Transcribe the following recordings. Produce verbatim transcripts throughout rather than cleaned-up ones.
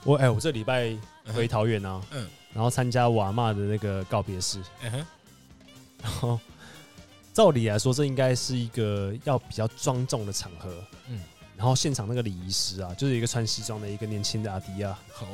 我哎、欸，我这礼拜回桃园啊，嗯，然后参加我阿嬷的那个告别式，嗯哼，然后照理来说，这应该是一个要比较庄重的场合，嗯，然后现场那个礼仪师啊，就是一个穿西装的一个年轻的阿迪啊，好，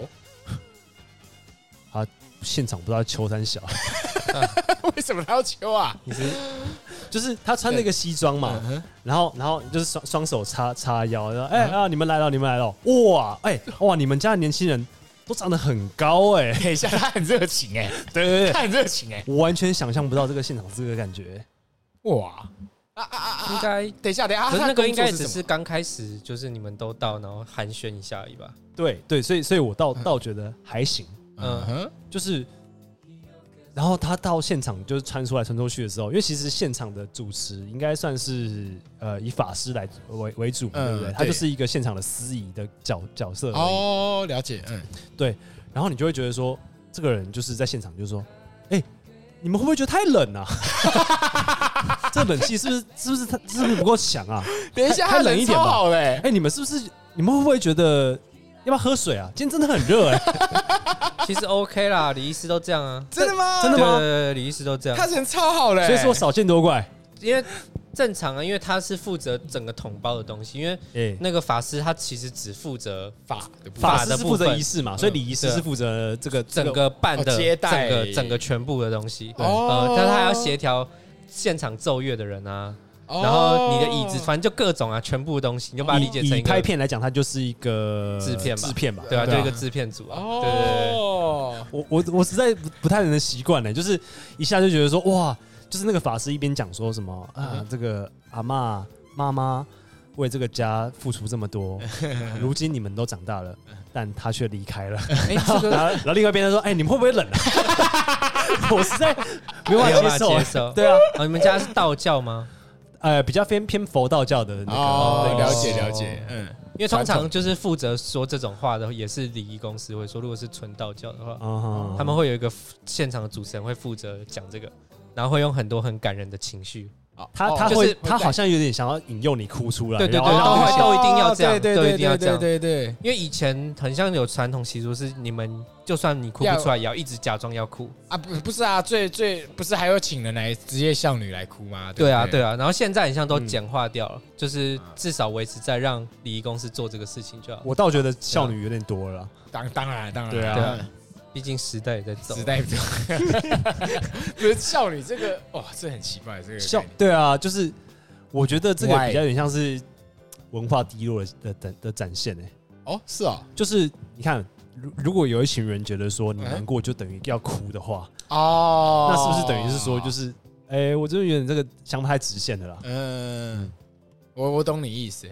他现场不知道秋三小， 为什么他要秋啊？ 你是就是他穿那个西装嘛，然后然后就是双双手叉叉腰，然后哎、欸、啊你们来了你们来了，哇哎、欸、哇你们家的年轻人都长得很高哎、欸， 等一下他很热情哎、欸， 对对对， 他很热情哎、欸， 我完全想象不到这个现场是这个感觉， 哇啊啊啊！ 应该等一下等一下， 可是那个应该只是刚开始，就是你们都到然后寒暄一下而已吧？ 对对，所以所以我倒倒觉得还行，嗯哼，就是。然后他到现场就是穿出来穿出去的时候，因为其实现场的主持应该算是呃以法师来 为, 为主，嗯、对不对？他就是一个现场的司仪的角角色而已。 哦，了解，嗯， 对。然后你就会觉得说，这个人就是在现场就说，哎、欸，你们会不会觉得太冷啊？这冷气是不是是不是他是不是不够强啊？ 等一下，太冷一点吧。哎、 欸，你们是不是你们会不会觉得要不要喝水啊？今天真的很热哎、 欸。其实 OK 啦，李医师都这样啊。 真的吗？ 真的吗？ 对对对，李医师都这样。 他人超好嘞、欸， 所以说少见多怪。 因为正常啊，因为他是负责整个统包的东西，因为那个法师他其实只负责法的部分， 法师是负责仪式嘛，所以礼仪师是负责这个整个办的接待， 整个整个全部的东西。呃，但他还要协调现场奏乐的人啊。然后你的椅子，反正就各种啊，全部的东西，你就把它理解成一个。 以拍片来讲，它就是一个制片吧， 制片吧， 对啊，就一个制片组啊。对对对， 我我我实在不太能习惯呢，就是一下就觉得说哇，就是那个法师一边讲说什么啊，这个阿嬷妈妈为这个家付出这么多，如今你们都长大了，但他却离开了。哎，然后然后另外一边他说，哎，你们会不会冷啊？我实在没办法接受。对啊， 你们家是道教吗？ 呃，比较偏偏佛道教的那个， 哦，了解了解，嗯， 因为通常就是负责说这种话的，也是礼仪公司会说，如果是纯道教的话，嗯、他们会有一个现场的主持人会负责讲这个，然后会用很多很感人的情绪。 他他会、就是、他好像有点想要引诱你哭出来， 对对对，都会都一定要这样， 对都一定要这样， 对对对， 因为以前很像有传统习俗是你们就算你哭不出来，也要一直假装要哭啊，不不是啊，最最不是还有请人来职业孝女来哭吗？ 对啊对啊，然后现在很像都简化掉了，就是至少维持在让礼仪公司做这个事情就好。 我倒觉得孝女有点多了， 当当然当然对啊。 毕竟时代也在走， 时代走。不是孝女这个，哇，这很奇怪，这个孝对啊，就是我觉得这个比较有点像是文化低落的的 的, 的展现哎、 欸。哦，是啊， 就是你看，如果有一群人觉得说你难过就等于要哭的话，哦，那是不是等于是说就是，哎、欸，我真的有点这个想法太直线的啦。 嗯，我我懂你意思。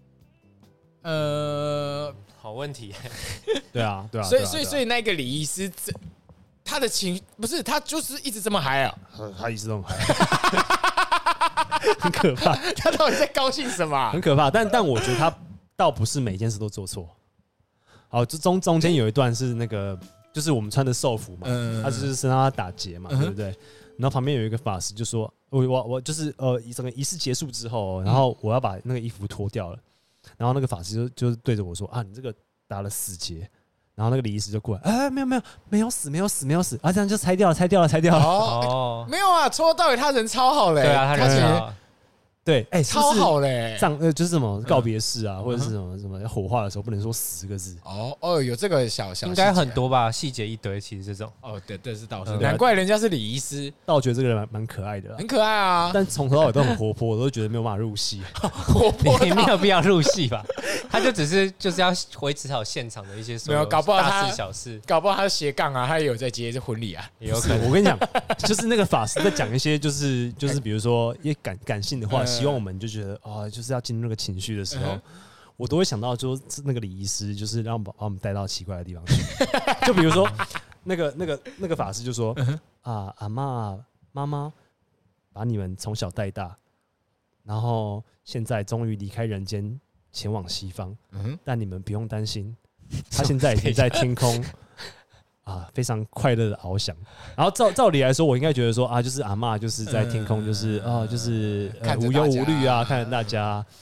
呃。 好问题， 对啊，对啊， 所以所以所以那个礼仪师，他的情不是他就是一直这么嗨啊， 他一直这么嗨，很可怕。 他到底在高兴什么、啊？ 很可怕，但但我觉得他倒不是每件事都做错。好，这中中间有一段是那个，就是我们穿的寿服嘛，嗯、他就是身上他打结嘛，嗯、对不对？然后旁边有一个法师就说：“我我我就是呃，整个仪式结束之后，然后我要把那个衣服脱掉了。”然后那个法师就就是对着我说啊，你这个打了死结。然后那个礼仪师就过来，哎，没有没有没有死没有死没有死啊，这样就拆掉了拆掉了拆掉了。 哦，没有啊，从头到尾他人超好嘞、欸， 对啊，他人超好。 对，哎、欸， 超好嘞！ 葬呃就是什么告别式啊，嗯、或者是什么什么火化的时候不能说十个字。 哦哦，有这个小小应该很多吧，细节一堆。其实这种哦，对对是倒是，难怪人家是礼仪师。 但我觉得这个人蛮蛮可爱的啦， 很可爱啊。 但从头到尾都很活泼，我都觉得没有办法入戏。 活泼， 你没有必要入戏吧？他就只是就是要维持好现场的一些所有大事小事， 搞不好他是斜杠啊，他也有在接这婚礼啊， 也有可能。 我跟你讲，就是那个法师在讲一些就是就是比如说一些感感性的话，希望我们就觉得。哦，就是要进入那个情绪的时候，嗯、我都会想到，说那个礼仪师就是让把我们带到奇怪的地方去。就比如说，那个那个那个法师就说：“嗯、啊，阿嬷妈妈把你们从小带大，然后现在终于离开人间，前往西方。嗯、但你们不用担心，他现在已经在天空。”啊，非常快乐的翱翔。然后照照理来说，我应该觉得说啊，就是阿嬷就是在天空，就是啊，就是、呃、无忧无虑啊，看着大家。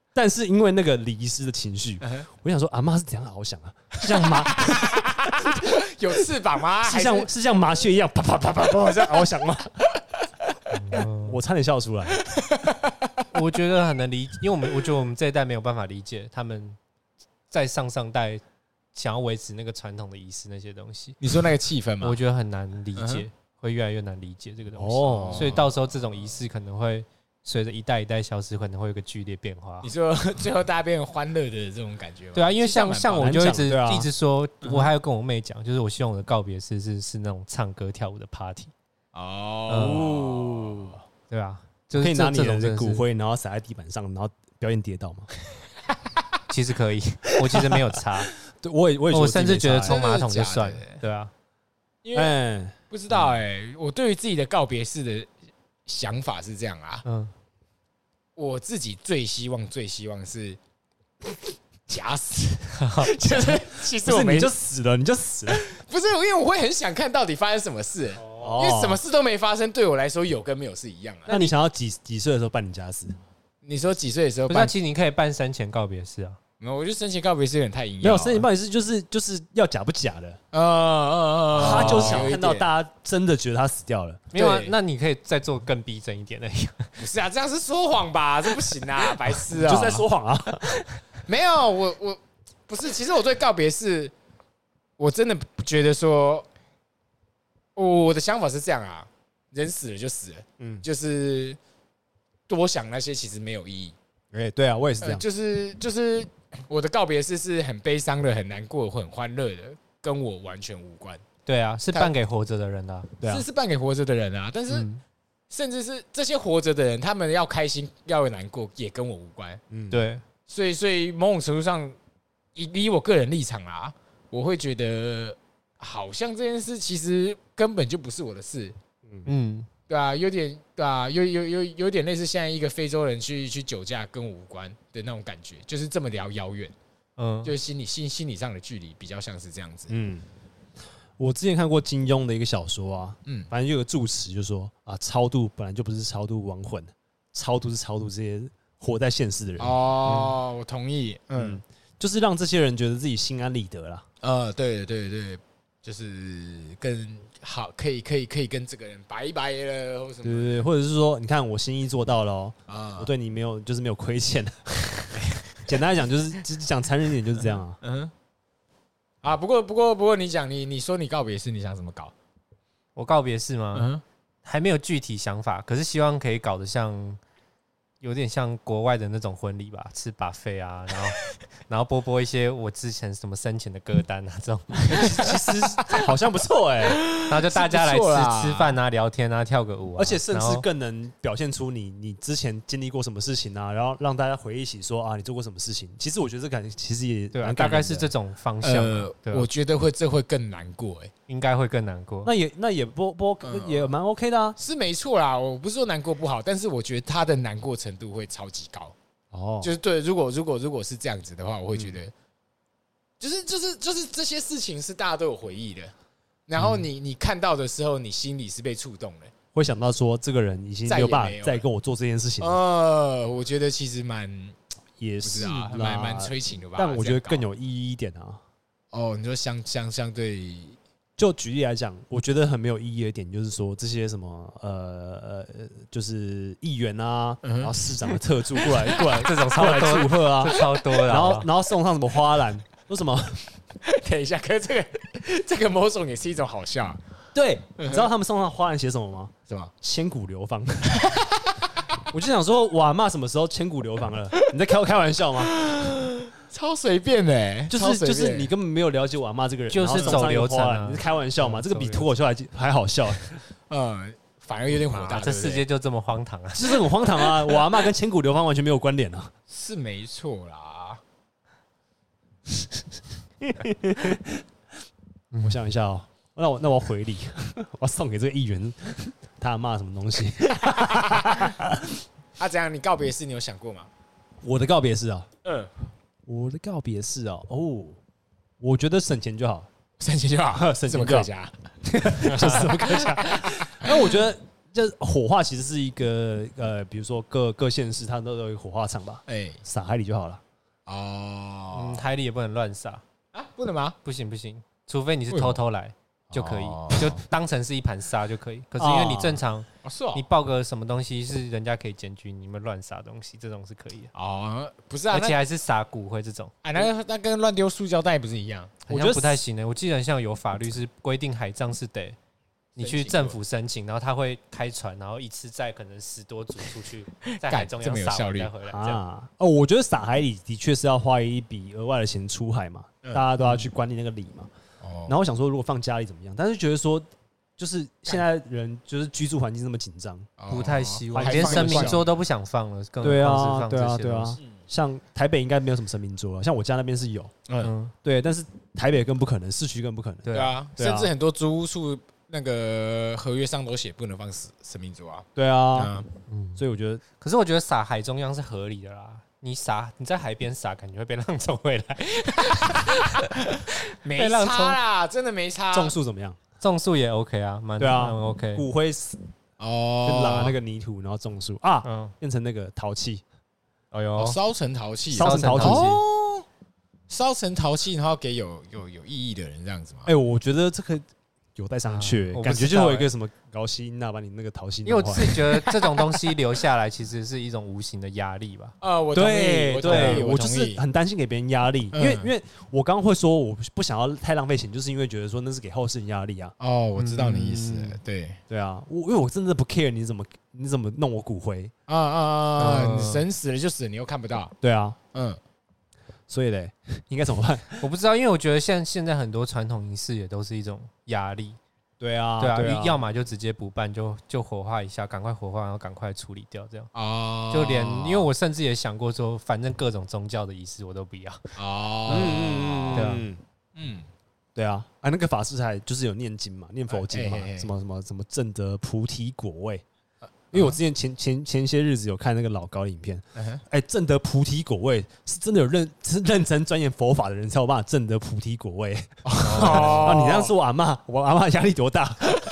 但是因为那个礼仪师的情绪，嗯、我想说阿嬷是怎样翱翔啊？是像麻有翅膀吗？ 是像是像麻雀一样啪啪啪啪啪这样翱翔吗？嗯、我差点笑出来。 我觉得很能理解，因为我们我觉得我们这一代没有办法理解他们在上上代想要维持那个传统的仪式那些东西。 你说那个气氛吗？ 我觉得很难理解，嗯、会越来越难理解这个东西。哦、所以到时候这种仪式可能会。随着一代一代消失，可能会有个剧烈变化。 你说最后大家变成欢乐的这种感觉吗？ 对啊，因为像像我就一直、啊、一直说，我还有跟我妹讲，就是我希望我的告别式是是那种唱歌跳舞的 party。哦，嗯、对啊， 就是可以拿你的骨灰，然后撒在地板上，然后表演跌倒吗？ 其实可以，我其实没有差。 对，我也我也我甚至觉得冲马桶就算了。对啊， 因为不知道哎、欸，我对于自己的告别式的。想法是这样啊，嗯，我自己最希望、最希望是假死，就是其实我没你就死了，你就死了， 不是因为我会很想看到底发生什么事，哦、因为什么事都没发生，对我来说有跟没有是一样啊。 那你想要几几岁的时候办你假死？ 你说几岁的时候办？ 那其实你可以办生前告别式啊。 没有，我觉得生前告别式有点太硬。 没有，生前告别式就是就是要假不假的，呃呃呃，他就是想看到大家真的觉得他死掉了。 没有啊，那你可以再做更逼真一点的。 不是啊，这样是说谎吧？这不行啊，白痴啊！ 就是在说谎啊。 没有，我我不是，其实我对告别式，我真的觉得说，我的想法是这样啊，人死了就死了，嗯，就是多想那些其实没有意义。 哎、欸，对啊，我也是这样，呃、 就是就是。我的告别式是很悲伤的、很难过、很欢乐的，跟我完全无关。 对啊，是办给活着的人的、啊，对啊， 是是办给活着的人啊。但是，嗯、甚至是这些活着的人，他们要开心、要难过，也跟我无关。 嗯，对。 所以，所以某种程度上，以以我个人立场啊，我会觉得，好像这件事其实根本就不是我的事。嗯。对啊，有点对啊，有有有有点类似现在一个非洲人去去酒驾跟我无关的那种感觉，就是这么遥遥远，嗯，就是心理心心理上的距离比较像是这样子。嗯， 我之前看过金庸的一个小说啊，嗯，反正就有个注释，就说啊，超度本来就不是超度亡魂，超度是超度这些活在现世的人。 哦，嗯、我同意，嗯， 嗯，就是让这些人觉得自己心安理得啦。 呃，对对对，就是跟。好，可以，可以，可以跟这个人拜拜了，或什么？ 对对对，或者是说，你看我心意做到了哦，啊，我对你没有，就是没有亏欠。简单来讲，就是讲残忍一点，就是这样啊。嗯， 啊，不过，不过，不过，你讲你，你说你告别式，你想怎么搞？ 我告别式吗？嗯，还没有具体想法，可是希望可以搞得像，有点像国外的那种婚礼吧，吃 buffet 啊，然后。然后播播一些我之前什么生前的歌单啊，这种其实好像不错哎、欸。 然后就大家来吃吃饭啊、聊天啊、跳个舞啊， 而且甚至更能表现出你你之前经历过什么事情啊，然后让大家回忆起说啊，你做过什么事情。其实我觉得这感其实也对啊，大概是这种方向。呃， 我觉得会这会更难过哎、欸， 应该会更难过。 那也那也不不也蛮 OK 的啊， 是没错啦。我不是说难过不好，但是我觉得他的难过程度会超级高。哦，就是对，如果如果如果是这样子的话，我会觉得。嗯就是就是就是这些事情是大家都有回忆的，然后你你看到的时候，你心里是被触动的， 会想到说这个人已经没有办法再跟我做这件事情了。 呃，我觉得其实蛮也是蛮蛮催情的吧， 但我觉得更有意义一点啊。 哦，你说相相相对， 就举例来讲，我觉得很没有意义的点就是说这些什么呃呃，就是议员啊，嗯、然后市长的特助过来过来这种超来祝贺啊， 超多的， 然后然后送上什么花篮。说什么？ 等一下，可是这个这个某种也是一种好笑。 对，你知道他们送上花篮写什么吗？ 什么？ 千古流芳。我就想说，我阿嬷什么时候千古流芳了？你在开开玩笑吗？ 超随便的、欸， 就是就是你根本没有了解我阿嬷这个人， 就是走流程、啊。 你是开玩笑吗？这个比脱口秀还还好笑。 嗯，反而有点火大。 啊、这世界就这么荒唐啊！ 就是很荒唐啊！我阿嬷跟千古流芳完全没有关联啊。 是没错啦。 我想一下哦，那我那我要回礼，我要送给这个议员，他骂什么东西？ 啊，怎样？你告别式你有想过吗？ 我的告别式啊，嗯，我的告别式啊，哦，我觉得省钱就好， 省钱就好，省钱就好， 就是这么客家。那我觉得就是火化其实是一个呃，比如说各各县市它都有一个火化场吧，哎，撒海里就好了。 哦， 嗯，海里也不能乱撒啊，不能吗？ 不行不行，除非你是偷偷来就可以，就当成是一盘沙就可以。可是因为你正常，你报个什么东西是人家可以检举你们乱撒东西，这种是可以的。 哦，不是啊， 而且还是撒骨灰这种。 哎，那那跟乱丢塑胶袋不是一样？ 我觉得不太行的。我记得像有法律是规定海葬是得。你去政府申请，然后他会开船，然后一次载可能十多组出去，在海中央撒完再回来。啊， 哦，我觉得撒海里的确是要花一笔额外的钱出海嘛，大家都要去管理那个里嘛。然后我想说，如果放家里怎么样？但是觉得说，就是现在人就是居住环境这么紧张， 不太希望，连神明桌都不想放了。 对啊，对啊，对啊。像台北应该没有什么神明桌了，像我家那边是有，嗯，对，但是台北更不可能，市区更不可能。 对啊，甚至很多租屋处。那个合约上都写不能放神明桌啊， 对啊，嗯，所以我觉得， 可是我觉得撒海中央是合理的啦。你撒你在海边撒，感觉会被浪冲回来， 没差啦，真的没差。 种树怎么样？ 种树也 OK 啊，蛮对啊 ，OK。 骨灰哦，就拉那个泥土，然后种树啊，嗯，变成那个陶器， 哎呦，烧成陶器， 烧成陶器， 哦，烧成陶器，然后给有有有意义的人这样子吗？ 哎，我觉得这个。有带上去，感觉就有一个什么高希那把你那个陶器， 因为我自己觉得这种东西留下来其实是一种无形的压力吧。 啊，我对对，我就是很担心给别人压力，因为因为我刚刚会说我不想要太浪费钱，就是因为觉得说那是给后世人压力啊。 哦，我知道你意思，对对啊，我因为我真的不 care 你怎么你怎么弄我骨灰啊啊啊！你人死了就死了，你又看不到。 对啊，嗯。所以嘞，应该怎么办？ 我不知道，因为我觉得现现在很多传统仪式也都是一种压力。 对啊， 对啊，对啊，要么就直接不办，就就火化一下，赶快火化，然后赶快处理掉，这样。哦。就连，因为我甚至也想过说，反正各种宗教的仪式我都不要。哦。嗯嗯嗯。对啊。 嗯。对啊，啊，那个法师还就是有念经嘛，念佛经嘛，什么什么什么证得菩提果位。因为我之前前前前些日子有看那个老高的影片，哎，证得菩提果位是真的有认是认真钻研佛法的人才有办法证得菩提果位。哦，你这样说我阿嬷，我阿嬷压力多大？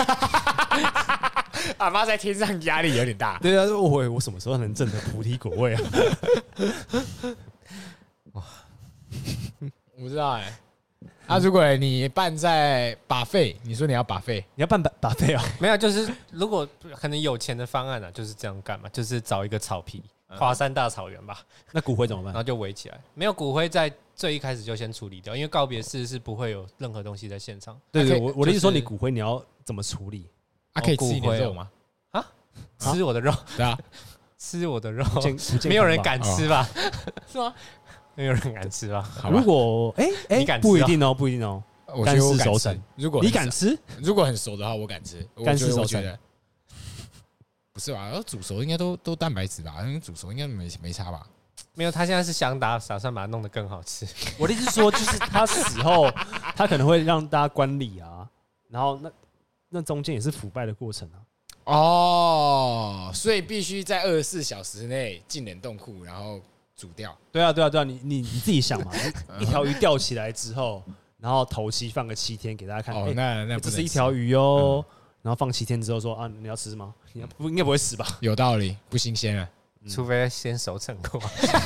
阿嬷在天上压力有点大。 对啊，我我什么时候能证得菩提果位啊？ 哇，我不知道哎。啊，如果你办在buffet，你说你要buffet， 你要办buffet啊？ 没有，就是如果可能有钱的方案啊，就是这样干嘛？就是找一个草皮，华山大草原吧。 那骨灰怎么办？ 然后就围起来，没有骨灰在最一开始就先处理掉，因为告别式是不会有任何东西在现场。 对对，我我的意思说，你骨灰你要怎么处理？ 啊，可以吃你的肉吗？ 啊，吃我的肉？ 对啊， 吃我的肉，没有人敢吃吧？ 是吗？ 没有人敢吃吧？ 如果哎哎，不一定哦，不一定哦。干式熟成， 如果你敢吃， 如果很熟的话，我敢吃。 干式熟成， 不是吧？煮熟应该都都蛋白质吧？煮熟应该没没差吧？ 没有，他现在是想打打算把它弄得更好吃。 我的意思是说，就是他死后，他可能会让大家观礼啊，然后那那中间也是腐败的过程啊。 哦，所以必须在二十四小时内进冷冻库，然后。煮掉， 对啊，对啊，对啊，你你你自己想嘛，一条鱼钓起来之后，然后头七放个七天给大家看， 哦，那那这是一条鱼哦，然后放七天之后说啊，你要吃吗？你不应该不会死吧？ 有道理，不新鲜啊， 除非先熟成过。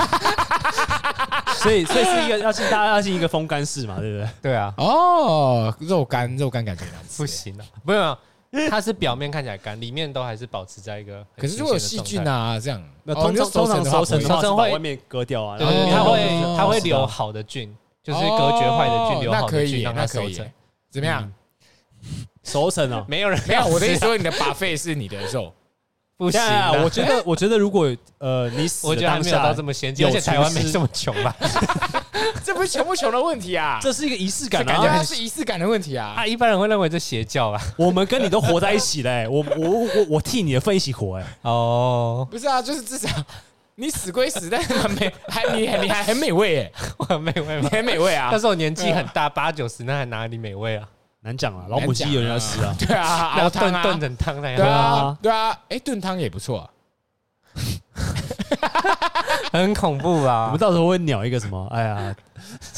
所以所以是一个要进大家要进一个风干式嘛，对不对？ 对啊， 哦，肉干肉干感觉难吃， 不行啊，不用。它是表面看起来干，里面都还是保持在一个。 可是如果有细菌啊，这样， 那通常通常熟成的话是把外面割掉啊， 对对，它会它会留好的菌，就是隔绝坏的菌，留好的菌让它熟成。 怎么样？ 熟成啊？ 没有人没有。我的意思说，你的buffet是你的肉， 不行。 我觉得我觉得如果呃你死我觉得还没有到这么先进，而且台湾没这么穷吧。 这不是穷不穷的问题啊， 这是一个仪式感啊，感觉它是仪式感的问题啊。 啊，一般人会认为这邪教啊。 我们跟你都活在一起嘞，我我我我替你的份一起活哎。 哦， 不是啊，就是至少你死归死，但是很美，还你你还很美味哎， 我很美味吗？ 很美味啊。 但是我年纪很大，八九十，那还哪里美味啊？ 难讲啊，老母鸡有人要吃啊。 对啊，熬汤啊， 炖成汤那样。 对啊，对啊，哎，炖汤也不错。 很恐怖啊！ 我们到时候会鸟一个什么？哎呀，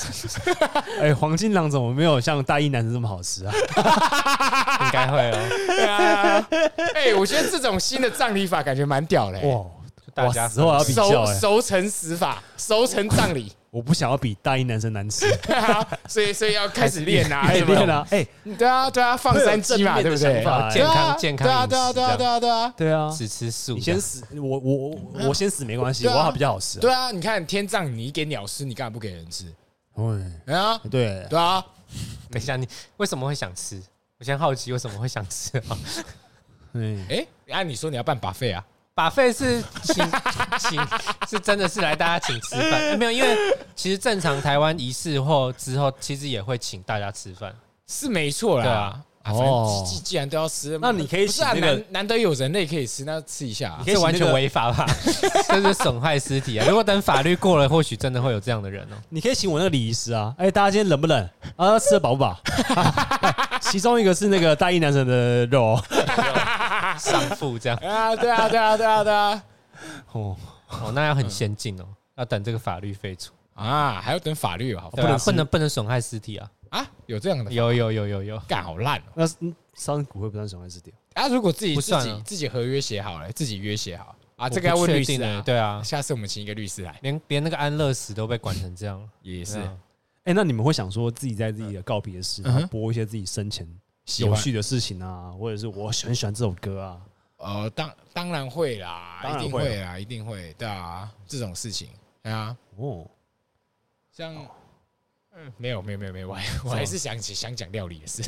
哎，黄金狼怎么没有像大一男生这么好吃啊？ 应该会哦。 对啊，哎，我觉得这种新的葬礼法感觉蛮屌的。哇， 大家死后要比较， 熟成死法，熟成葬礼。 我不想要比大一男生难吃， 所以所以要开始练啊， 练啊，哎， 对啊对啊，放三鸡嘛，对不对？ 健康健康， 对啊对啊对啊对啊对啊对啊， 只吃素。 你先死，我我我先死没关系，我好比较好吃。 对啊，你看天葬你给鸟吃，你干嘛不给人吃？ 对啊，对对啊。 等一下，你为什么会想吃？我先好奇为什么会想吃啊？ 哎，按你说你要办 buffet 啊？ 把费是请请是真的是来大家请吃饭、欸，没有，因为其实正常台湾仪式后之后，其实也会请大家吃饭， 是没错啦。对啊，哦，既既然都要吃， 那你可以请那个、 啊、难难得有人类可以吃，那吃一下、啊， 这完全违法吧？这是损害尸体啊！如果等法律过了，或许真的会有这样的人哦、喔。 你可以请我那个礼仪师啊，哎、欸，大家今天冷不冷啊？吃得饱不饱？其中一个是那个大一男生的肉。 上腹这样啊，对啊，对啊，对啊，对啊， 哦哦，那要很先进哦，要等这个法律废除啊，还要等法律啊， 不能不能不能损害尸体啊啊，有这样的， 有有有有有， 干好烂哦， 那烧骨灰不算损害尸体啊？如果自己不自己自己合约写好了，自己约写好啊，这个要问律师啊， 对啊， 下次我们请一个律师来， 连连那个安乐死都被管成这样， 也是， 哎，那你们会想说自己在自己的告别式，然后播一些自己生前有趣的事情啊，或者是我很喜欢这首歌啊？ 呃，当当然会啦，一定会啦，一定会，对啊，这种事情，对啊，哦，像，嗯，没有没有没有没有，我我还是想起想讲料理的事。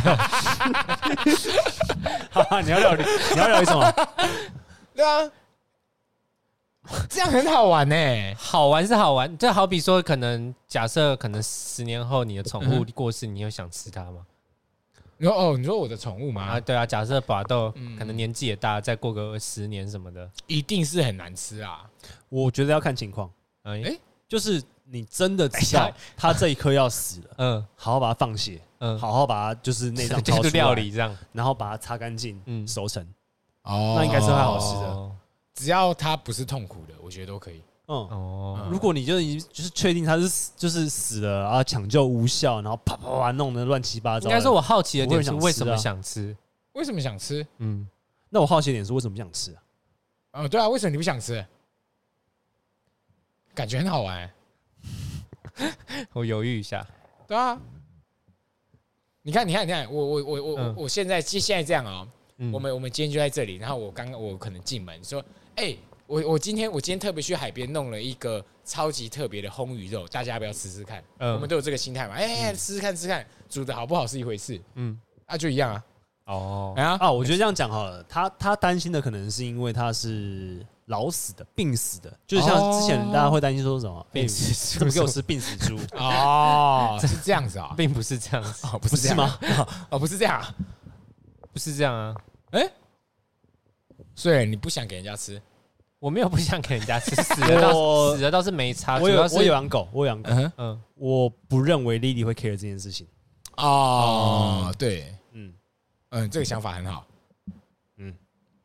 你要料理，你要料理什么？ 对啊，这样很好玩呢、欸， 好玩是好玩，就好比说，可能假设可能十年后你的宠物过世，你有想吃它吗？ 你说哦，你说我的宠物吗？ 啊，对啊，假设把豆可能年纪也大，再过个十年什么的， 一定是很难吃啊。 我觉得要看情况。 哎、欸， 就是你真的知道他这一刻要死了，嗯，好好把它放血，嗯，好好把它就是内脏掏出来， 料理这样， 然后把它擦干净，嗯，熟成， 哦， 那应该是会好吃的。 只要它不是痛苦的，我觉得都可以。 嗯哦，如果你就就是确定他是就是死了，然后抢救无效，然后啪啪啪弄得乱七八糟。 应该说，我好奇的点是为什么想吃？ 为什么想吃？ 嗯，那我好奇的点是为什么不想吃啊？ 哦，对啊，为什么你不想吃？感觉很好玩、 欸。我犹豫一下。 对啊，你看，你看，你看，我我我我、嗯、我现在现在这样啊、喔嗯，我们我们今天就在这里，然后我刚刚我可能进门说，哎、欸。我我今天我今天特别去海边弄了一个超級特别的烘鱼肉，大家要不要吃吃看？嗯，我们都有这个心态嘛。哎、欸，吃吃看，吃看，煮的好不好是一回事。嗯，啊，就一样啊。 哦，啊啊，我觉得这样讲好了。他他担心的可能是因为他是老死的、病死的，就是像之前大家会担心说什么病死，怎么给我吃病死猪？ 哦，是这样子啊， 并不是这样子， 哦，不是吗？哦，不是这样， 不是这样啊。 哎、欸，所以你不想给人家吃？ 我没有不想给人家吃，死了倒死了倒是没差。 我有我有养狗，我有养狗。嗯嗯，我不认为 Lily 会 care 这件事情。 哦，对，嗯嗯，这个想法很好。嗯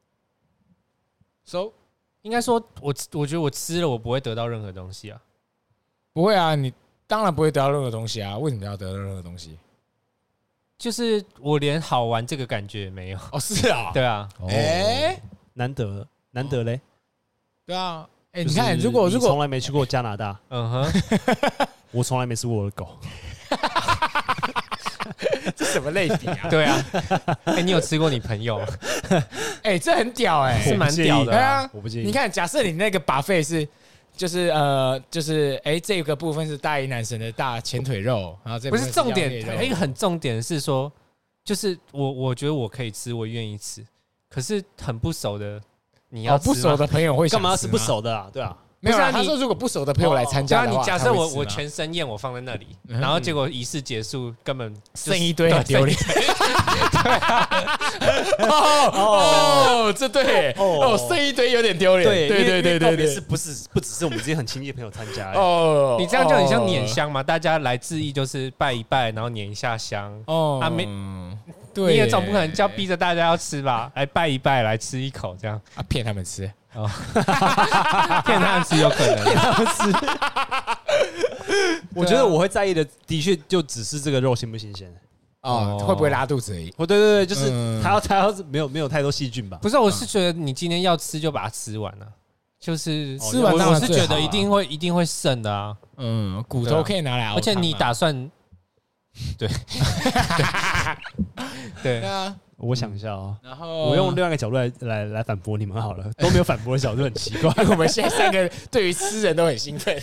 ，So 应该说，我我觉得我吃了，我不会得到任何东西啊。 不会啊，你当然不会得到任何东西啊。为什么要得到任何东西？ 就是我连好玩这个感觉也没有。 哦，是啊， 对啊。 哎、欸， 难得难得嘞。 对啊，哎、欸，你看，如果如果从来没去过加拿大，嗯哼，我从来没吃过我的狗， 这什么类比啊？ 对啊，哎、欸，你有吃过你朋友？ 哎、欸，这很屌哎、欸， 是蛮屌的、啊。 对啊， 我不介意。 你看，假设你那个 buffet 是，就是呃，就是哎、欸，这个部分是大一男神的大前腿肉，然后这不是重点，一个很重点是说，就是我我觉得我可以吃，我愿意吃，可是很不熟的。你要、哦、 不熟的朋友会干嘛吃不熟的啊？对啊， 没有啊。他说如果不熟的朋友来参加的话， 你假设我我全身宴我放在那里，嗯、然后结果仪式结束，根本剩一堆，很丢脸。对啊，哦，这对哦，剩一堆有点丢脸。 对对对对对对， 是不是不只是我们这些很亲密的朋友参加？ 哦，你这样就很像捻香嘛，大家来致意就是拜一拜，然后捻一下香。哦，啊没。对，你也总不可能叫逼着大家要吃吧？来拜一拜，来吃一口这样啊，骗他们吃哦，骗他们吃有可能， 骗他们吃。我觉得我会在意的，的确就只是这个肉新不新鲜。 哦，会不会拉肚子而已？ 哦，对对对，就是它要它要是没有没有太多细菌吧？ 不是，我是觉得你今天要吃就把它吃完了，就是吃完我是觉得一定会一定会剩的啊。 嗯，骨头可以拿来熬， 而且你打算对对啊。 我想一下啊， 然后我用另外一个角度来来来反驳你们好了，都没有反驳的角度很奇怪。 我们现在三个对于吃人都很兴奋，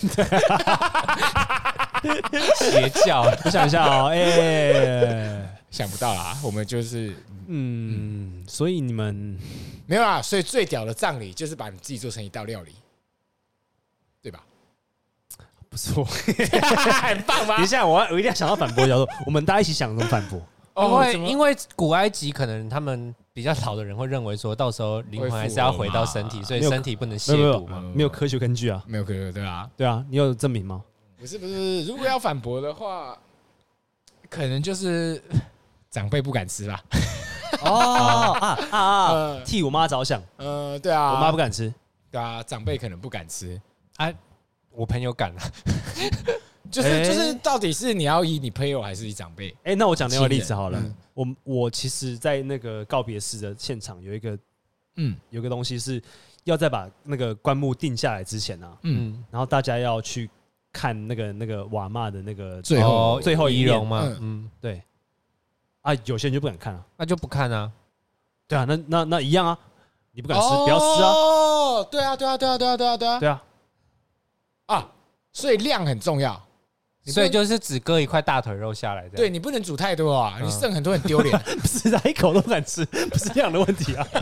邪教。 我想一下哦，哎， 想不到啦，我们就是嗯，所以你们没有啦，所以最屌的葬礼就是把你自己做成一道料理，对吧？ 不错， 很棒吧？ 等一下，我我一定要想到反驳角度，我们大家一起想怎么反驳。 因为因为古埃及可能他们比较老的人会认为说，到时候灵魂还是要回到身体，所以身体不能亵渎嘛， 没有科学根据啊， 没有科学对啊， 对啊，你有证明吗？ 不是不是，如果要反驳的话，可能就是长辈不敢吃吧。 哦啊啊啊！替我妈着想， 呃，对啊， 我妈不敢吃， 对啊，长辈可能不敢吃啊， 我朋友敢啊。 就是就是，到底是你要以你朋友还是以长辈？ 哎，那我讲另外一个例子好了。我我其实，在那个告别式的现场有一个，嗯，有个东西是要在把那个棺木定下来之前啊，嗯，然后大家要去看那个那个瓦嬷的那个最后最后仪容嘛， 嗯，对。啊，有些人就不敢看啊， 那就不看啊。 对啊，那那那一样啊，你不敢吃，不要吃啊。 哦，对啊，对啊，对啊，对啊，对啊，对啊， 对啊。 啊，所以量很重要。 所以就是只割一块大腿肉下来， 对你不能煮太多啊，你剩很多很丢脸。 不是他一口都不敢吃，不是这样的问题啊。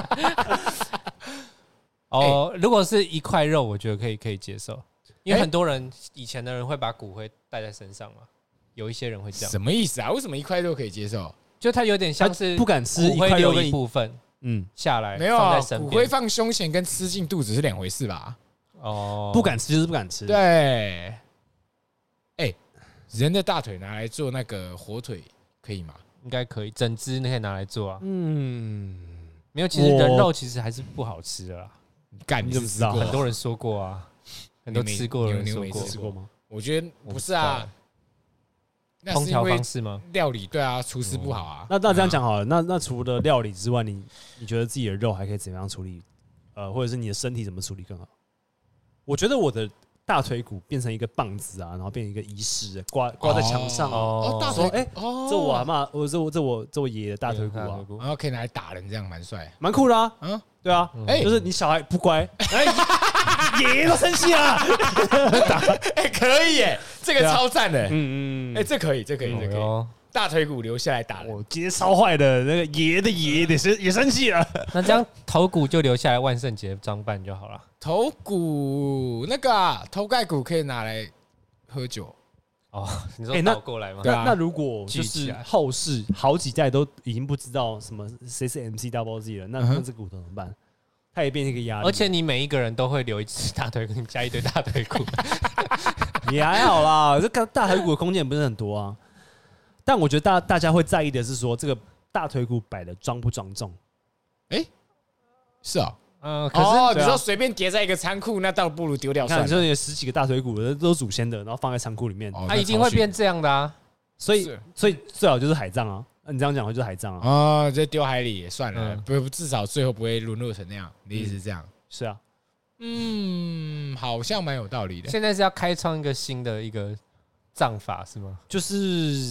哦，如果是一块肉，我觉得可以可以接受，因为很多人以前的人会把骨灰带在身上嘛，有一些人会这样。 什么意思啊？为什么一块肉可以接受？ 就他有点像是不敢吃骨灰留一部分，嗯，下来没有啊，骨灰放胸前跟吃进肚子是两回事吧？ 哦， 不敢吃就是不敢吃， 对。哎，人的大腿拿来做那个火腿可以吗？ 应该可以，整只可以拿来做啊。 嗯， 没有，其实人肉其实还是不好吃的啦。 干，你怎么知道？ 很多人说过啊，很多吃过的人说过。 吃过吗？ 我觉得不是啊， 烹调方式吗？ 料理对啊，厨师不好啊。 那那这样讲好了，那那除了料理之外，你你觉得自己的肉还可以怎么样处理？呃，或者是你的身体怎么处理更好？我觉得我的大腿骨变成一个棒子啊，然后变成一个仪式，挂挂在墙上。 哦，大腿， 哎，这我阿嬷，我这我这我这我爷爷的大腿骨啊， 然后可以拿来打人，这样蛮帅， 蛮酷的啊。嗯，对啊，哎，就是你小孩不乖，哎，爷爷都生气了， 打，哎，可以耶，这个超赞的，嗯嗯，哎，这可以，这可以，这可以。大腿骨留下来打人， 我今天烧坏的那个爷爷的爷爷也是也生气了。 那这样头骨就留下来万圣节装扮就好了。 头骨那个啊，头盖骨可以拿来喝酒哦。你说倒过来吗？ 那那如果就是后世好几代都已经不知道什么谁是 M C Double Z 了，那那这骨头怎么办？它也变成一个压力。 而且你每一个人都会留一只大腿骨，加一堆大腿骨， 也还好啦。这大腿骨的空间也不是很多啊。但我觉得大大家会在意的是说，这个大腿骨摆的庄不庄重？ 哎，是啊， 嗯，可是你说随便叠在一个仓库，那倒不如丢掉算了。 你说有十几个大腿骨都是祖先的，然后放在仓库里面， 它一定会变这样的啊。 所以，所以最好就是海葬啊。你这样讲，就是海葬啊。 啊，这丢海里也算了，不，至少最后不会沦落成那样。你的意思是这样？ 是啊。 嗯，好像蛮有道理的。 现在是要开创一个新的一个葬法是吗？ 就是，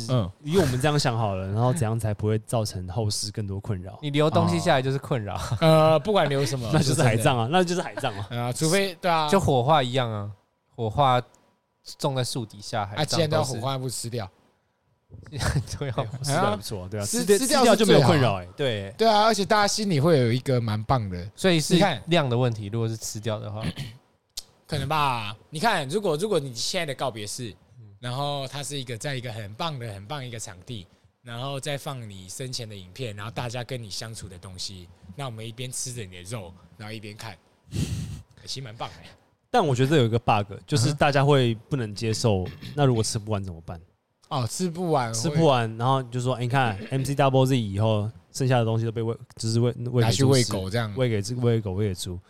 嗯，以我们这样想好了，然后怎样才不会造成后世更多困扰？ 你留东西下来就是困扰， 呃，不管留什么， 那就是海葬啊，那就是海葬啊， 啊，除非对啊， 就火化一样啊，火化种在树底下，海葬， 啊，既然都要火化，不吃掉， 对啊， 吃掉不错，对啊， 吃吃掉就没有困扰，哎，对， 对啊，而且大家心里会有一个蛮棒的， 所以是量的问题，如果是吃掉的话， 可能吧？你看，如果如果你现在的告别式。然后它是一个在一个很棒的、很棒一个场地，然后再放你生前的影片，然后大家跟你相处的东西。那我们一边吃着你的肉，然后一边看，其实蛮棒的。 但我觉得这有一个 bug， 就是大家会不能接受。那如果吃不完怎么办？ 哦，吃不完， 吃不完，然后就说：“欸、你看 M C Double Z 以后剩下的东西都被喂，就是喂喂拿去喂狗这样， 喂给这个喂给狗喂给猪。”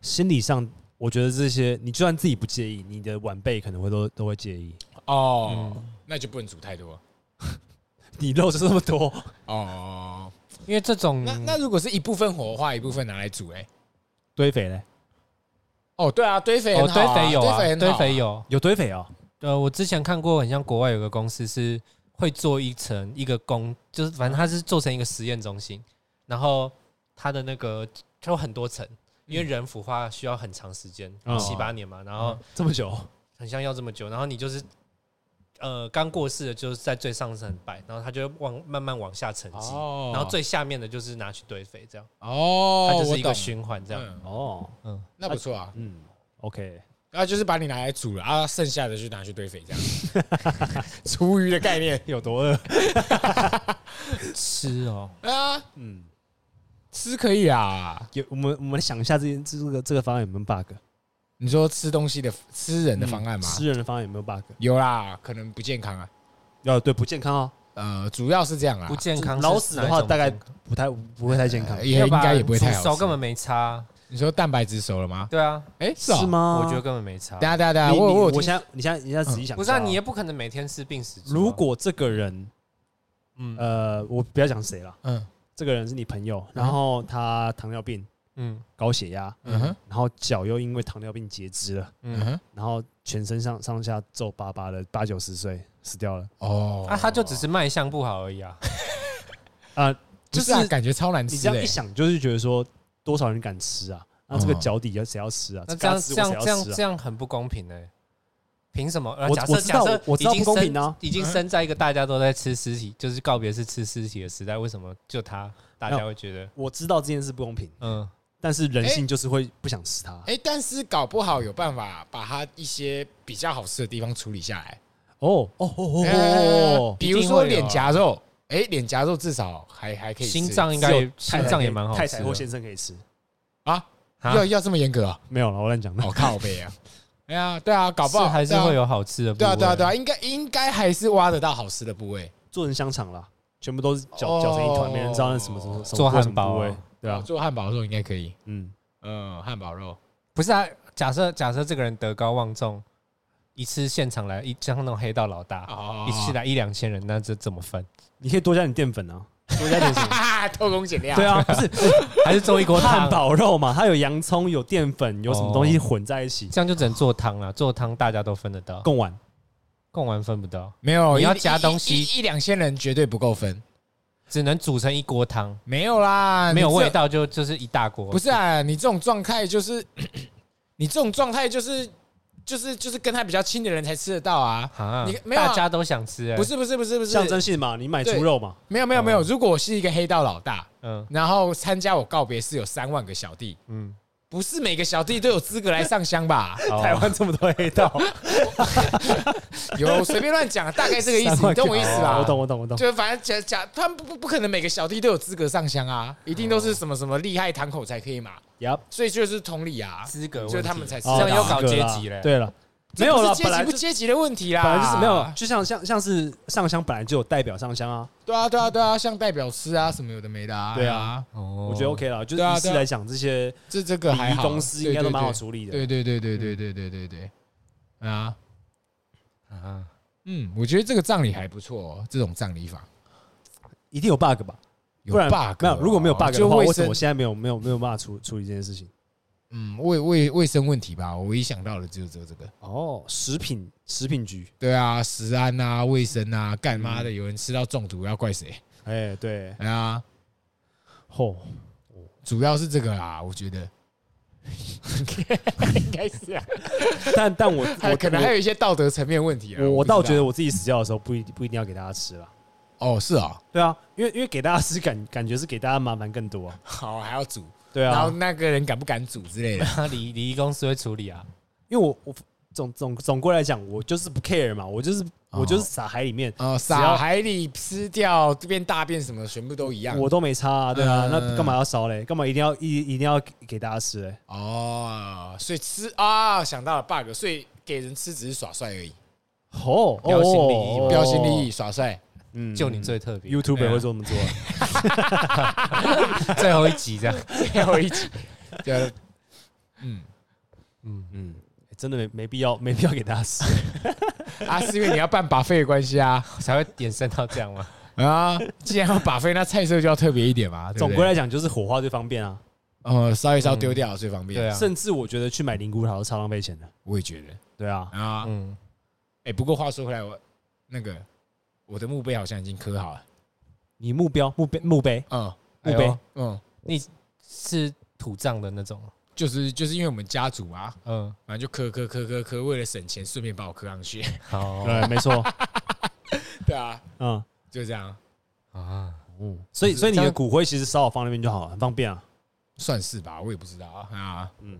心理上，我觉得这些你就算自己不介意，你的晚辈可能会都都会介意。 哦，嗯、那就不能煮太多。 你肉就这么多哦， 因为这种那那如果是一部分火化，一部分拿来煮，哎， 堆肥嘞？ 哦，对啊，堆肥、啊， 哦，堆肥有啊， 堆肥、啊、 堆肥有有堆肥哦。 呃，我之前看过，很像国外有个公司是会做一层一个工，就是反正它是做成一个实验中心，然后它的那个就有很多层，因为人腐化需要很长时间，嗯、七八年嘛，然后、 嗯、这么久， 很像要这么久，然后你就是呃刚过世的就是在最上层摆，然后它就往慢慢往下沉积，哦、然后最下面的就是拿去堆肥，这样哦， 它就是一个循环这样。 嗯、哦，嗯，那不错啊，嗯 ，OK。 然后就是把你拿来煮了啊，剩下的就拿去堆肥，这样。厨余的概念有多饿？ 吃哦， 啊，嗯，吃可以啊。 有我们我们想一下，这件这个这个方案有没有 bug？ 你说吃东西的吃人的方案吗？ 吃人的方案有没有 bug？ 有啦，可能不健康啊。 要对不健康哦。 呃，主要是这样啊， 不健康。 老死的话，大概不太不会太健康， 也应该也不会太好吃。 煮熟根本没差。 你说蛋白质熟了吗？ 对啊， 哎， 是吗？ 我觉得根本没差。 等下等下等下， 我我我现在你现在你现在仔细想， 不是啊，你也不可能每天吃病死猪。 如果这个人，嗯呃，我不要讲谁了，嗯，这个人是你朋友，然后他糖尿病，嗯，高血压，嗯哼，然后脚又因为糖尿病截肢了，嗯哼，然后全身上上下皱巴巴的，八九十岁死掉了。哦， 啊，他就只是卖相不好而已啊。 啊，就是感觉超难吃。 你这样一想，就是觉得说，多少人敢吃啊？那这个脚底要谁要吃啊？ 那这样这样这样这样很不公平哎！凭什么？ 我假设假设我知道不公平啊， 已经生在一个大家都在吃尸体，就是告别式吃尸体的时代，为什么就他大家会觉得？ 我知道这件事不公平，嗯，但是人性就是会不想吃它。 哎，但是搞不好有办法把它一些比较好吃的地方处理下来。 哦哦哦哦， 比如说脸颊肉，哎，脸颊肉至少还还可以吃， 心脏应该心脏也蛮好吃， 太太或先生可以吃啊。要要这么严格啊？ 没有了，我乱讲的。 好靠背啊！哎呀，对啊，搞不好还是会有好吃的部位。 对啊，对啊，对啊，应该应该还是挖得到好吃的部位。 做成香肠啦，全部都是搅搅成一团，没人知道那什么什么。 做汉堡味， 对啊，做汉堡肉应该可以。嗯嗯，汉堡肉不是啊？假设假设这个人德高望重，一次现场来一像那种黑道老大，一次来一两千人，那这怎么分？ 你可以多加点淀粉啊。多加点什么？ 偷工减料。 对啊，不是， 还是做一锅汉堡肉嘛？它有洋葱，有淀粉，有什么东西混在一起， 这样就只能做汤了。做汤大家都分得到， 贡丸， 贡丸分不到。 没有， 你要加东西， 一两千人绝对不够分， 只能煮成一锅汤。 没有啦， 没有味道就就是一大锅。 不是啊，你这种状态就是，你这种状态就是。就是就是跟他比较亲的人才吃得到啊！ 啊你没有、啊、大家都想吃、欸， 不是不是不是不是象征性嘛？你买猪肉嘛？ 没有没有没有。如果我是一个黑道老大，嗯，然后参加我告别式有三万个小弟，嗯，不是每个小弟都有资格来上香吧？ 台湾这么多黑道， 有随便乱讲，大概这个意思，你懂我意思吧？ 我懂我懂我懂。 就反正假假，他们不不可能每个小弟都有资格上香啊，一定都是什么什么厉害堂口才可以嘛。 Yep. 所以就是同理啊， 资格就是他们才这样又搞阶级嘞。 对了，没有了， 阶级不阶级的问题啦， 本来就是没有，就像像像是上香本来就有代表上香啊。 对啊对啊对啊，像代表吃啊什么有的没的啊。 对啊，我觉得 OK 了，就是仪式来讲，这些这这个还好， 公司应该都蛮好处理的。 对对对对对对对对对，啊啊嗯，我觉得这个葬礼还不错，这种葬礼法一定有 bug 吧？ 有 bug 没有？如果没有 bug 的话，为什么我现在没有没有没有办法处处理这件事情？ 嗯，卫卫卫生问题吧，我唯一想到的只有这个这个。 哦，食品食品局。 对啊，食安啊，卫生啊，干妈的，有人吃到中毒要怪谁？ 哎，对， 哎呀， 吼， 主要是这个啦，我觉得。应该是啊， 但但我我可能还有一些道德层面问题啊。 我我倒觉得我自己死掉的时候不一不一定要给大家吃了。 哦，是啊， 对啊，因为因为给大家吃感感觉是给大家麻烦更多啊。 好，还要煮， 对啊， 然后那个人敢不敢煮之类的， 礼礼仪公司会处理啊。 因为我我总总总归来讲，我就是不 care 嘛，我就是我就是撒海里面， 哦，撒海里吃掉变大便什么，全部都一样， 我都没差啊，对啊，那干嘛要烧嘞？干嘛一定要一一定要给大家吃嘞？ 哦，所以吃啊，想到了 bug， 所以给人吃只是耍帅而已。 哦， 标新立异， 标新立异，耍帅。 嗯，就你最特别 ，YouTuber 会这么做。 最后一集这样， 最后一集， 嗯嗯嗯，真的没没必要，没必要给大家吃啊，是因为你要办buffet的关系啊， 才会衍生到这样吗？ 啊，既然要buffet，那菜色就要特别一点嘛。 总归来讲，就是火化最方便啊。 呃，烧一烧丢掉最方便。 对啊， 甚至我觉得去买灵骨塔都超浪费钱的。 我也觉得。 对啊， 啊，嗯，哎，不过话说回来，我那个我的墓碑好像已经刻好了。 你目标墓碑墓碑， 嗯， 墓碑， 嗯， 你是土葬的那种， 就是就是因为我们家族啊， 嗯， 反正就刻刻刻刻刻，为了省钱，顺便把我刻上去。 好， 对，没错。 对啊， 嗯， 就这样啊， 嗯，所以所以你的骨灰其实烧好放那边就好了，很方便啊。 算是吧，我也不知道啊。啊，嗯，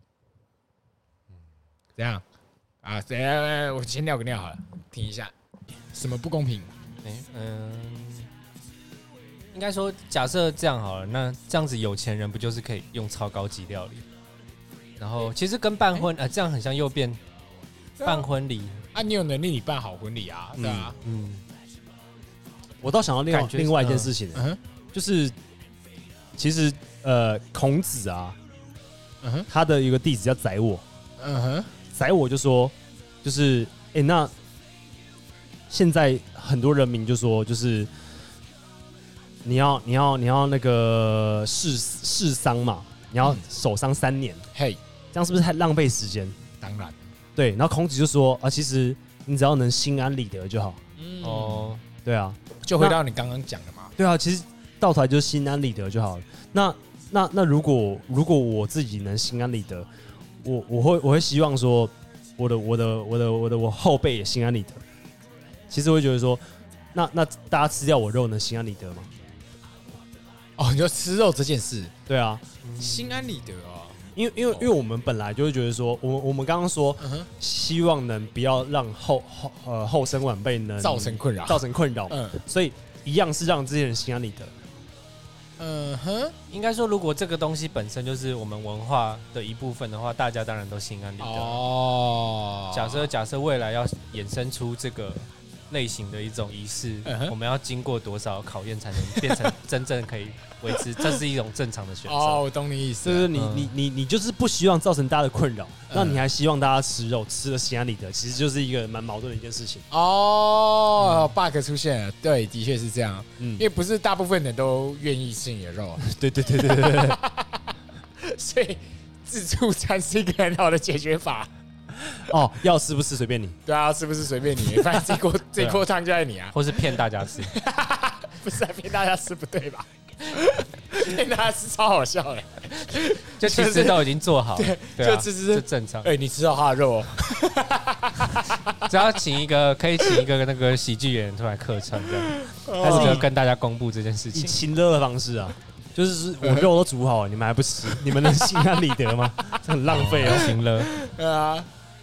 怎样啊？等下，我先尿个尿好了，停一下。什么不公平？ 哎，嗯，应该说，假设这样好了，那这样子有钱人不就是可以用超高级料理？然后其实跟办婚啊，这样很像又变办婚礼啊。你有能力，你办好婚礼啊，对啊。 嗯，我倒想到另外另外一件事情，就是其实。呃，孔子啊，嗯哼，他的一个弟子叫宰我，嗯哼，宰我就说，就是哎、欸，那现在很多人民就说，就是你要你要你要那个治治丧嘛，你要守丧三年，嘿、嗯，这样是不是太浪费时间？ 当然， 对。然后孔子就说啊，其实你只要能心安理得就好。嗯，哦，对啊， 就回到你刚刚讲的嘛。 对啊，其实到头来就是心安理得就好了。那那那如果如果我自己能心安理得，我我会我会希望说，我的我的我的我的我后辈也心安理得。其实我会觉得说，那那大家吃掉我肉能心安理得吗？ 哦，你说吃肉这件事， 对啊， 心安理得哦。 因为因为因为我们本来就会觉得说，我们我们刚刚说，嗯、希望能不要让后后呃后生晚辈能造成困扰， 造成困扰，嗯，所以一样是让这些人心安理得。 嗯哼，应该说，如果这个东西本身就是我们文化的一部分的话，大家当然都心安理得。哦，假设假设未来要衍生出这个类型的一种仪式，嗯、我们要经过多少考验才能变成真正可以维持？这是一种正常的选择。 哦，我懂你意思， 就是你你你你就是不希望造成大家的困扰，那、嗯、你还希望大家吃肉，吃了心安理得，其实就是一个蛮矛盾的一件事情。 哦、嗯、，bug 出现了，对，的确是这样，嗯，因为不是大部分人都愿意吃你的肉， 对对对对对对， 所以自助餐是一个很好的解决法。 哦，要吃不吃随便你。 对啊，吃不吃随便你，反正这锅这锅汤就在你啊， 或是骗大家吃， 不是骗大家吃不对吧？骗大家吃超好笑的， 就其实都已经做好，对， 就吃吃就正常。 哎，你吃到他的肉， 只要请一个可以请一个那个喜剧演员出来客串，这样，还是跟大家公布这件事情， 以亲热的方式啊。就是我肉都煮好了，你们还不吃，你们能心安理得吗？这很浪费哦，亲热。 对啊，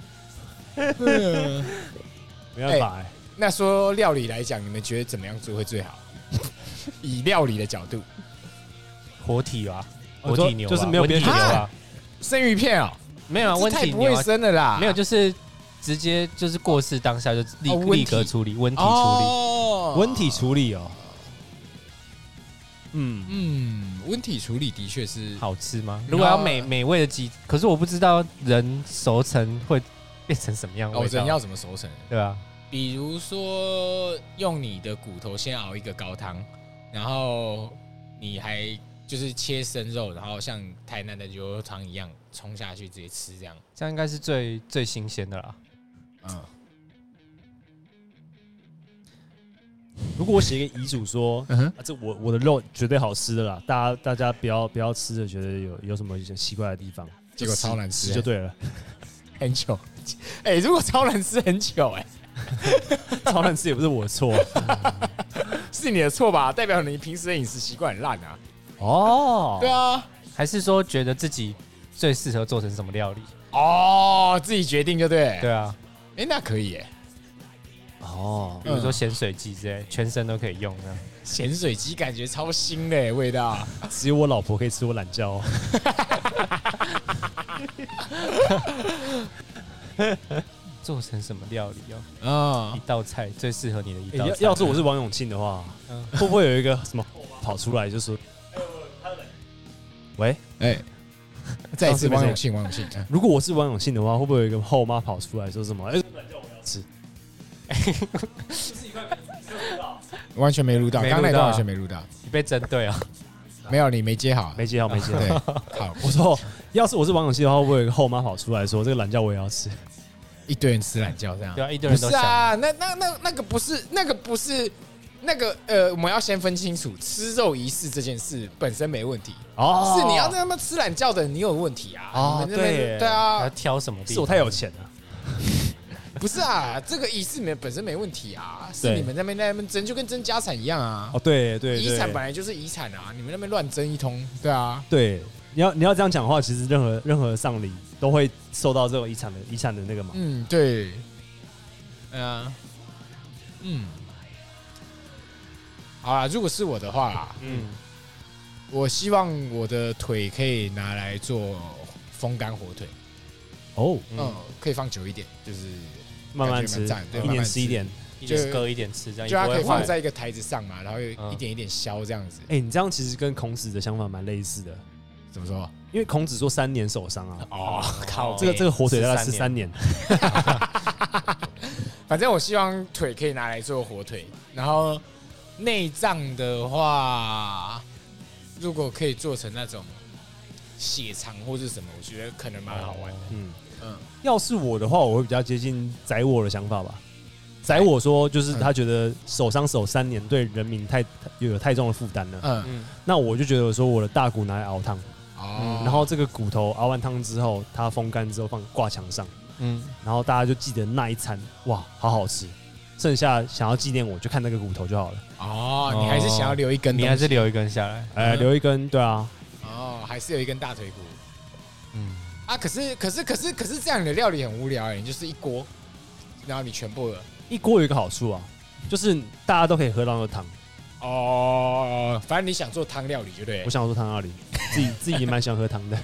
没办法哎、欸。 那说料理来讲，你们觉得怎么样做会最好？以料理的角度， 活体啊，活体牛就是没有温体牛啊， 生鱼片啊、喔， 没有啊，温体牛太不卫生的啦， 没有，就是直接就是过世当下就立、哦、立刻处理温体处理， 哦、 温体处理哦。 嗯嗯，温体处理的确是好吃吗？如果要美美味的鸡，可是我不知道人熟成会变成什么样味道。 哦，人要怎么熟成？ 对啊， 比如说用你的骨头先熬一个高汤，然后你还就是切生肉，然后像台南的牛肉汤一样冲下去直接吃，这样这样应该是最最新鲜的啦。嗯。 如果我写一个遗嘱说，嗯、啊，这我我的肉绝对好吃的啦，大家大家不要不要吃的，觉得有有什么奇怪的地方， 结果超难吃就对了， 很糗。哎、欸，如果超难吃很糗哎、 欸，超难吃也不是我的错、啊， 是你的错吧？代表你平时的饮食习惯很烂啊。 哦， 对啊， 还是说觉得自己最适合做成什么料理？ 哦，自己决定就对。 对啊， 哎、欸，那可以哎、欸。 哦，比如说咸水鸡之类，全身都可以用这样。 咸水鸡感觉超腥的味道， 只有我老婆可以吃我懒觉、哦。 做成什么料理哦？啊，一道菜最适合你的一道菜。 欸、要是我是王永庆的话，嗯、会不会有一个什么跑出来就说：“喂，哎、欸， 再一次王永信，王永信。 如果我是王永信的话，会不会有一个后妈跑出来说什么？哎，懒觉我要吃。 完全没录到，刚刚那段完全没录到， 你被针对啊？ 没有，你没接好， 没接好，没接好。 对，好， 我说，要是我是王永信的话，会不会有一个后妈跑出来说，这个懒觉我也要吃？ 一堆人吃懒觉这样？ 对啊，一堆人都想。不是啊，那那那那个不是，那个不是。那个呃，我们要先分清楚，吃肉仪式这件事本身没问题哦，是你要那么吃懒觉的，你有问题啊！哦，你们对对啊， 要挑什么地方？ 是我太有钱了？ 不是啊，这个仪式没本身没问题啊，是你们那边那边争，就跟争家产一样啊！ 哦，对对， 遗产本来就是遗产啊，你们那边乱争一通，对啊， 对，你要你要这样讲的话，其实任何任何丧礼都会受到这种遗产的遗产的那个嘛。 嗯，对，嗯、呃，嗯。好啦，如果是我的话啦，嗯，我希望我的腿可以拿来做风干火腿。 哦， 嗯，可以放久一点，就是慢慢吃，一年吃一点， 就割一点吃，这样就它可以放在一个台子上嘛，然后一点一点削这样子。 哎，你这样其实跟孔子的想法蛮类似的。 怎么说？ 因为孔子说三年守丧啊。 哦，靠， 这个这个火腿大概吃三年。 反正我希望腿可以拿来做火腿，然后。内脏的话，如果可以做成那种血肠或是什么，我觉得可能蛮好玩的。嗯嗯，要是我的话，我会比较接近宰我的想法吧。宰我说，就是他觉得守丧守三年对人民太有太重的负担了。嗯嗯，那我就觉得说，我的大骨拿来熬汤，哦，然后这个骨头熬完汤之后，它风干之后放挂墙上，嗯，然后大家就记得那一餐，哇，好好吃。剩下想要纪念我，就看那个骨头就好了。 哦，你还是想要留一根， 你还是留一根下来， 哎，留一根，对啊。 哦，还是有一根大腿骨。嗯，啊，可是可是可是可是这样你的料理很无聊哎，你就是一锅，然后你全部了。 一锅有一个好处啊，就是大家都可以喝到那个汤。 哦，反正你想做汤料理就对。 我想做汤料理，自己自己也蛮喜欢喝汤的。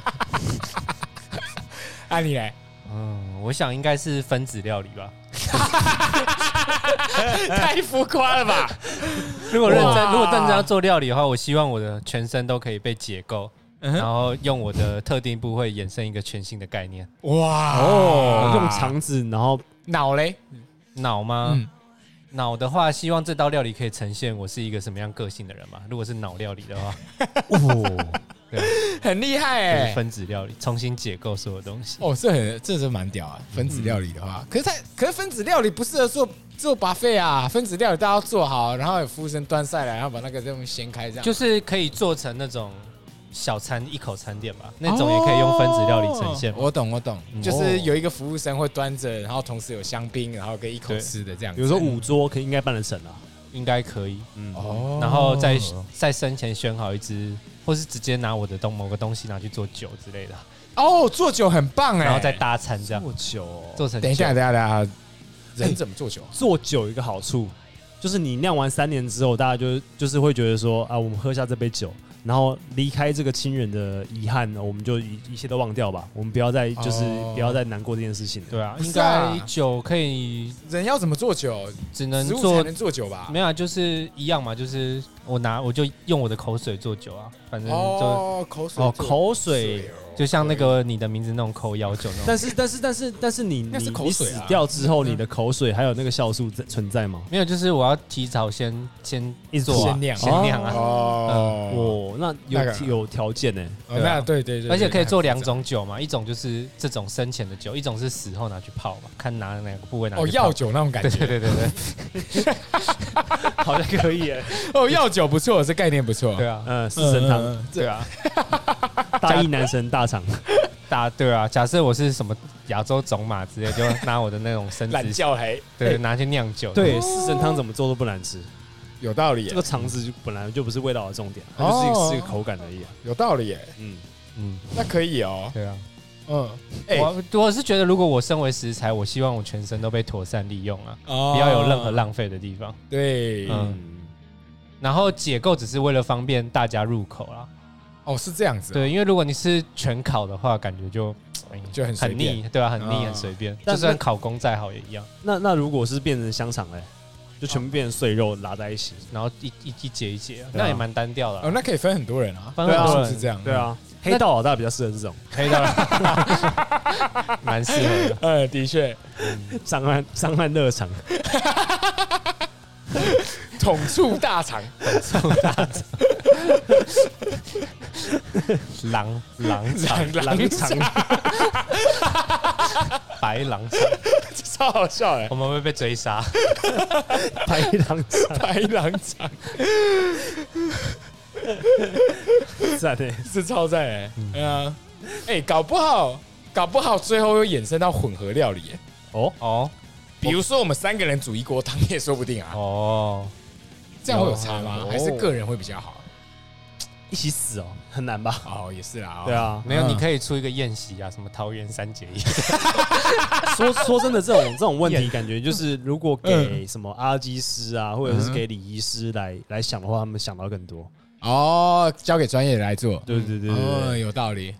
啊，你来。 嗯，我想应该是分子料理吧。 太浮夸了吧！ 如果认真，如果认真要做料理的话，我希望我的全身都可以被解构，嗯、然后用我的特定部位衍生一个全新的概念。 哇哦，用肠子，然后脑嘞？ 脑吗？嗯脑的话，希望这道料理可以呈现我是一个什么样个性的人嘛。如果是脑料理的话，哦， 对，很厉害哎、欸！ 分子料理重新解构所有东西。 哦，这很这是蛮屌啊！分子料理的话，嗯、可是它可是分子料理不适合做做 buffet 啊。分子料理大家要做好，然后有服务生端上来，然后把那个这种掀开，这样就是可以做成那种小餐一口餐点吧，那种也可以用分子料理呈现、哦。 我懂，我懂，嗯、就是有一个服务生会端着，然后同时有香槟，然后可以一口吃的这样子。 比如说五桌，可以应该办得成啊， 应该可以。嗯，哦，然后在在生前选好一支，或是直接拿我的东某个东西拿去做酒之类的。 哦，做酒很棒哎， 然后再搭餐这样做酒、哦， 做成酒。 等一下，等一下，等一下，人怎么做酒？ 做酒有一个好处，就是你酿完三年之后，大家就就是会觉得说啊，我们喝下这杯酒。然后离开这个亲人的遗憾，我们就一一切都忘掉吧。我们不要再就是不要再难过这件事情了。 对啊，应该酒可以， 人要怎么做酒？ 只能做才能做酒吧？ 没有、啊，就是一样嘛，就是我拿我就用我的口水做酒啊，反正就哦口水哦口水。 就像那个你的名字那种口咬酒那种， 但是但是但是但是你那是口水、啊、 你死掉之后，你的口水还有那个酵素存在吗？ 没有，就是我要提早先先一直做、 啊、先酿先酿啊。 哦，哦那有、那個、有条件呢、 欸。哦，那对对对， 而且可以做两种酒嘛，一种就是这种生前的酒，一种是死后拿去泡嘛，看拿哪个部位拿去泡。 哦，药酒那种感觉。 对对对对对， 好像可以哎。 哦，药酒不错，这概念不错。 对啊， 嗯，四神汤， 嗯、 对啊， 大义男神大肠。 大对啊，假设我是什么亚洲种马之类，就拿我的那种生懒觉黑， 对，拿去酿酒。 对，四神汤怎么做都不难吃， 有道理。 这个肠子本来就不是味道的重点，它就是一个是一个口感而已、啊。 有道理耶， 嗯嗯，那可以哦。 对啊， 嗯， 欸、我我是觉得，如果我身为食材，我希望我全身都被妥善利用啊，哦、不要有任何浪费的地方。 对，嗯， 然后解构只是为了方便大家入口啦。 哦，是这样子、哦。 对，因为如果你是全烤的话，感觉就就很很腻，对啊，很腻，很随便。就算烤工再好也一样。 那那如果是变成香肠嘞？ 就全部变成碎肉拉在一起， 然后一一一节一节，那也蛮单调的。 哦，那可以分很多人啊， 分很多人是这样。 对啊，黑道老大比较适合这种， 黑道蛮适合的。 呃，的确， 张翰张翰热肠， 统促大肠， 统促大肠，狼狼肠狼肠， 白狼肠， 超好笑哎！ 我们会被追杀。 白狼肠， 白狼肠， 赞诶， 是超赞哎！对啊，哎，搞不好，搞不好最后又衍生到混合料理哎。 哦哦， 比如说我们三个人煮一锅汤也说不定啊。哦，这样会有差吗？还是个人会比较好？ 一起死哦，很难吧？ 哦，也是啦。 对啊， 没有，你可以出一个宴席啊，什么桃园三结义。 说说真的，这种这种问题，感觉就是如果给什么阿基师啊，或者是给礼仪师来来想的话，他们想到更多。 哦，交给专业的来做。 对对对哦，有道理。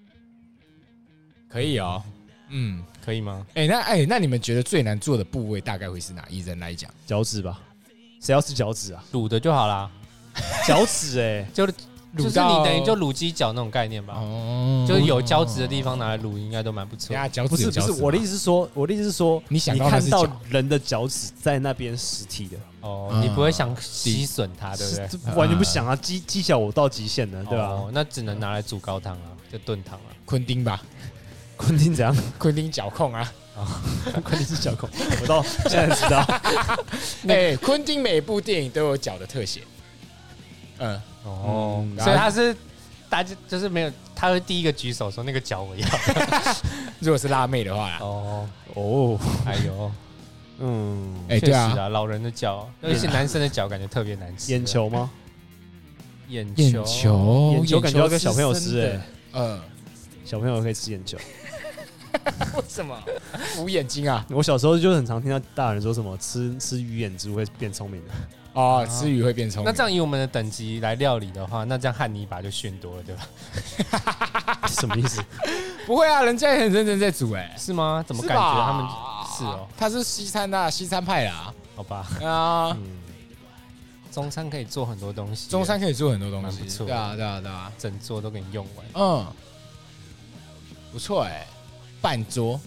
可以哦。嗯， 可以吗？ 哎，那哎，那你们觉得最难做的部位大概会是哪？以人来讲， 脚趾吧。谁要吃脚趾啊？ 卤的就好啦。 脚趾哎， 就就是你等于就卤鸡脚那种概念吧。哦，就是有胶质的地方拿来卤，应该都蛮不错。 不是不是，我的意思是说，我的意思是说， 你想看到人的脚趾在那边实体的哦，你不会想吸吮它，对不对？ 完全不想啊，鸡鸡脚我到极限了，对吧？ 哦，那只能拿来煮高汤啊，就炖汤啊。 昆丁吧， 昆丁怎样？ 昆丁脚控啊。 昆丁是脚控，我到现在知道。 哎，昆丁每部电影都有脚的特写。嗯哦，所以他是大家就是没有，他会第一个举手说那个脚我要。 如果是辣妹的话， 哦哦， 哎呦， 嗯， 哎，对啊， 老人的脚，尤其男生的脚感觉特别难吃。 眼球吗？ 眼球， 眼球感觉要跟小朋友吃哎， 嗯， 小朋友可以吃眼球。 为什么？捂眼睛啊！ 我小时候就很常听到大人说什么吃吃鱼眼珠会变聪明的。 哦，吃鱼会变聪明。 那这样以我们的等级来料理的话，那这样汉尼拔就逊多了，对吧？ 什么意思？ 不会啊，人家也很认真在煮哎， 是吗？怎么感觉他们是哦？ 他是西餐的西餐派啦， 好吧？ 啊， 中餐可以做很多东西， 中餐可以做很多东西， 不错。 对啊，对啊，对啊， 整桌都给你用完， 嗯，不错哎，半桌。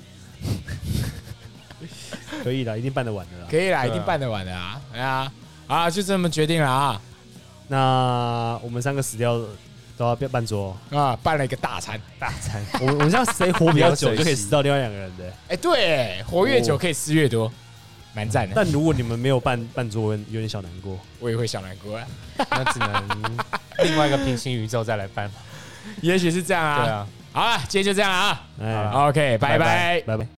可以啦，一定办得完的啦。 可以啦，一定办得完的啊！哎呀，啊，就这么决定了啊！ 那我们三个死掉都要办桌啊，办了一个大餐， 大餐。我们我们像谁活比较久就可以死到另外两个人的。 哎，对，活越久可以吃越多，蛮赞的。 但如果你们没有办办桌，有点小难过。 我也会小难过， 那只能另外一个平行宇宙再来办。 也许是这样啊。 对啊。 好了，今天就这样了啊。 哎 ，OK，拜拜， 拜拜。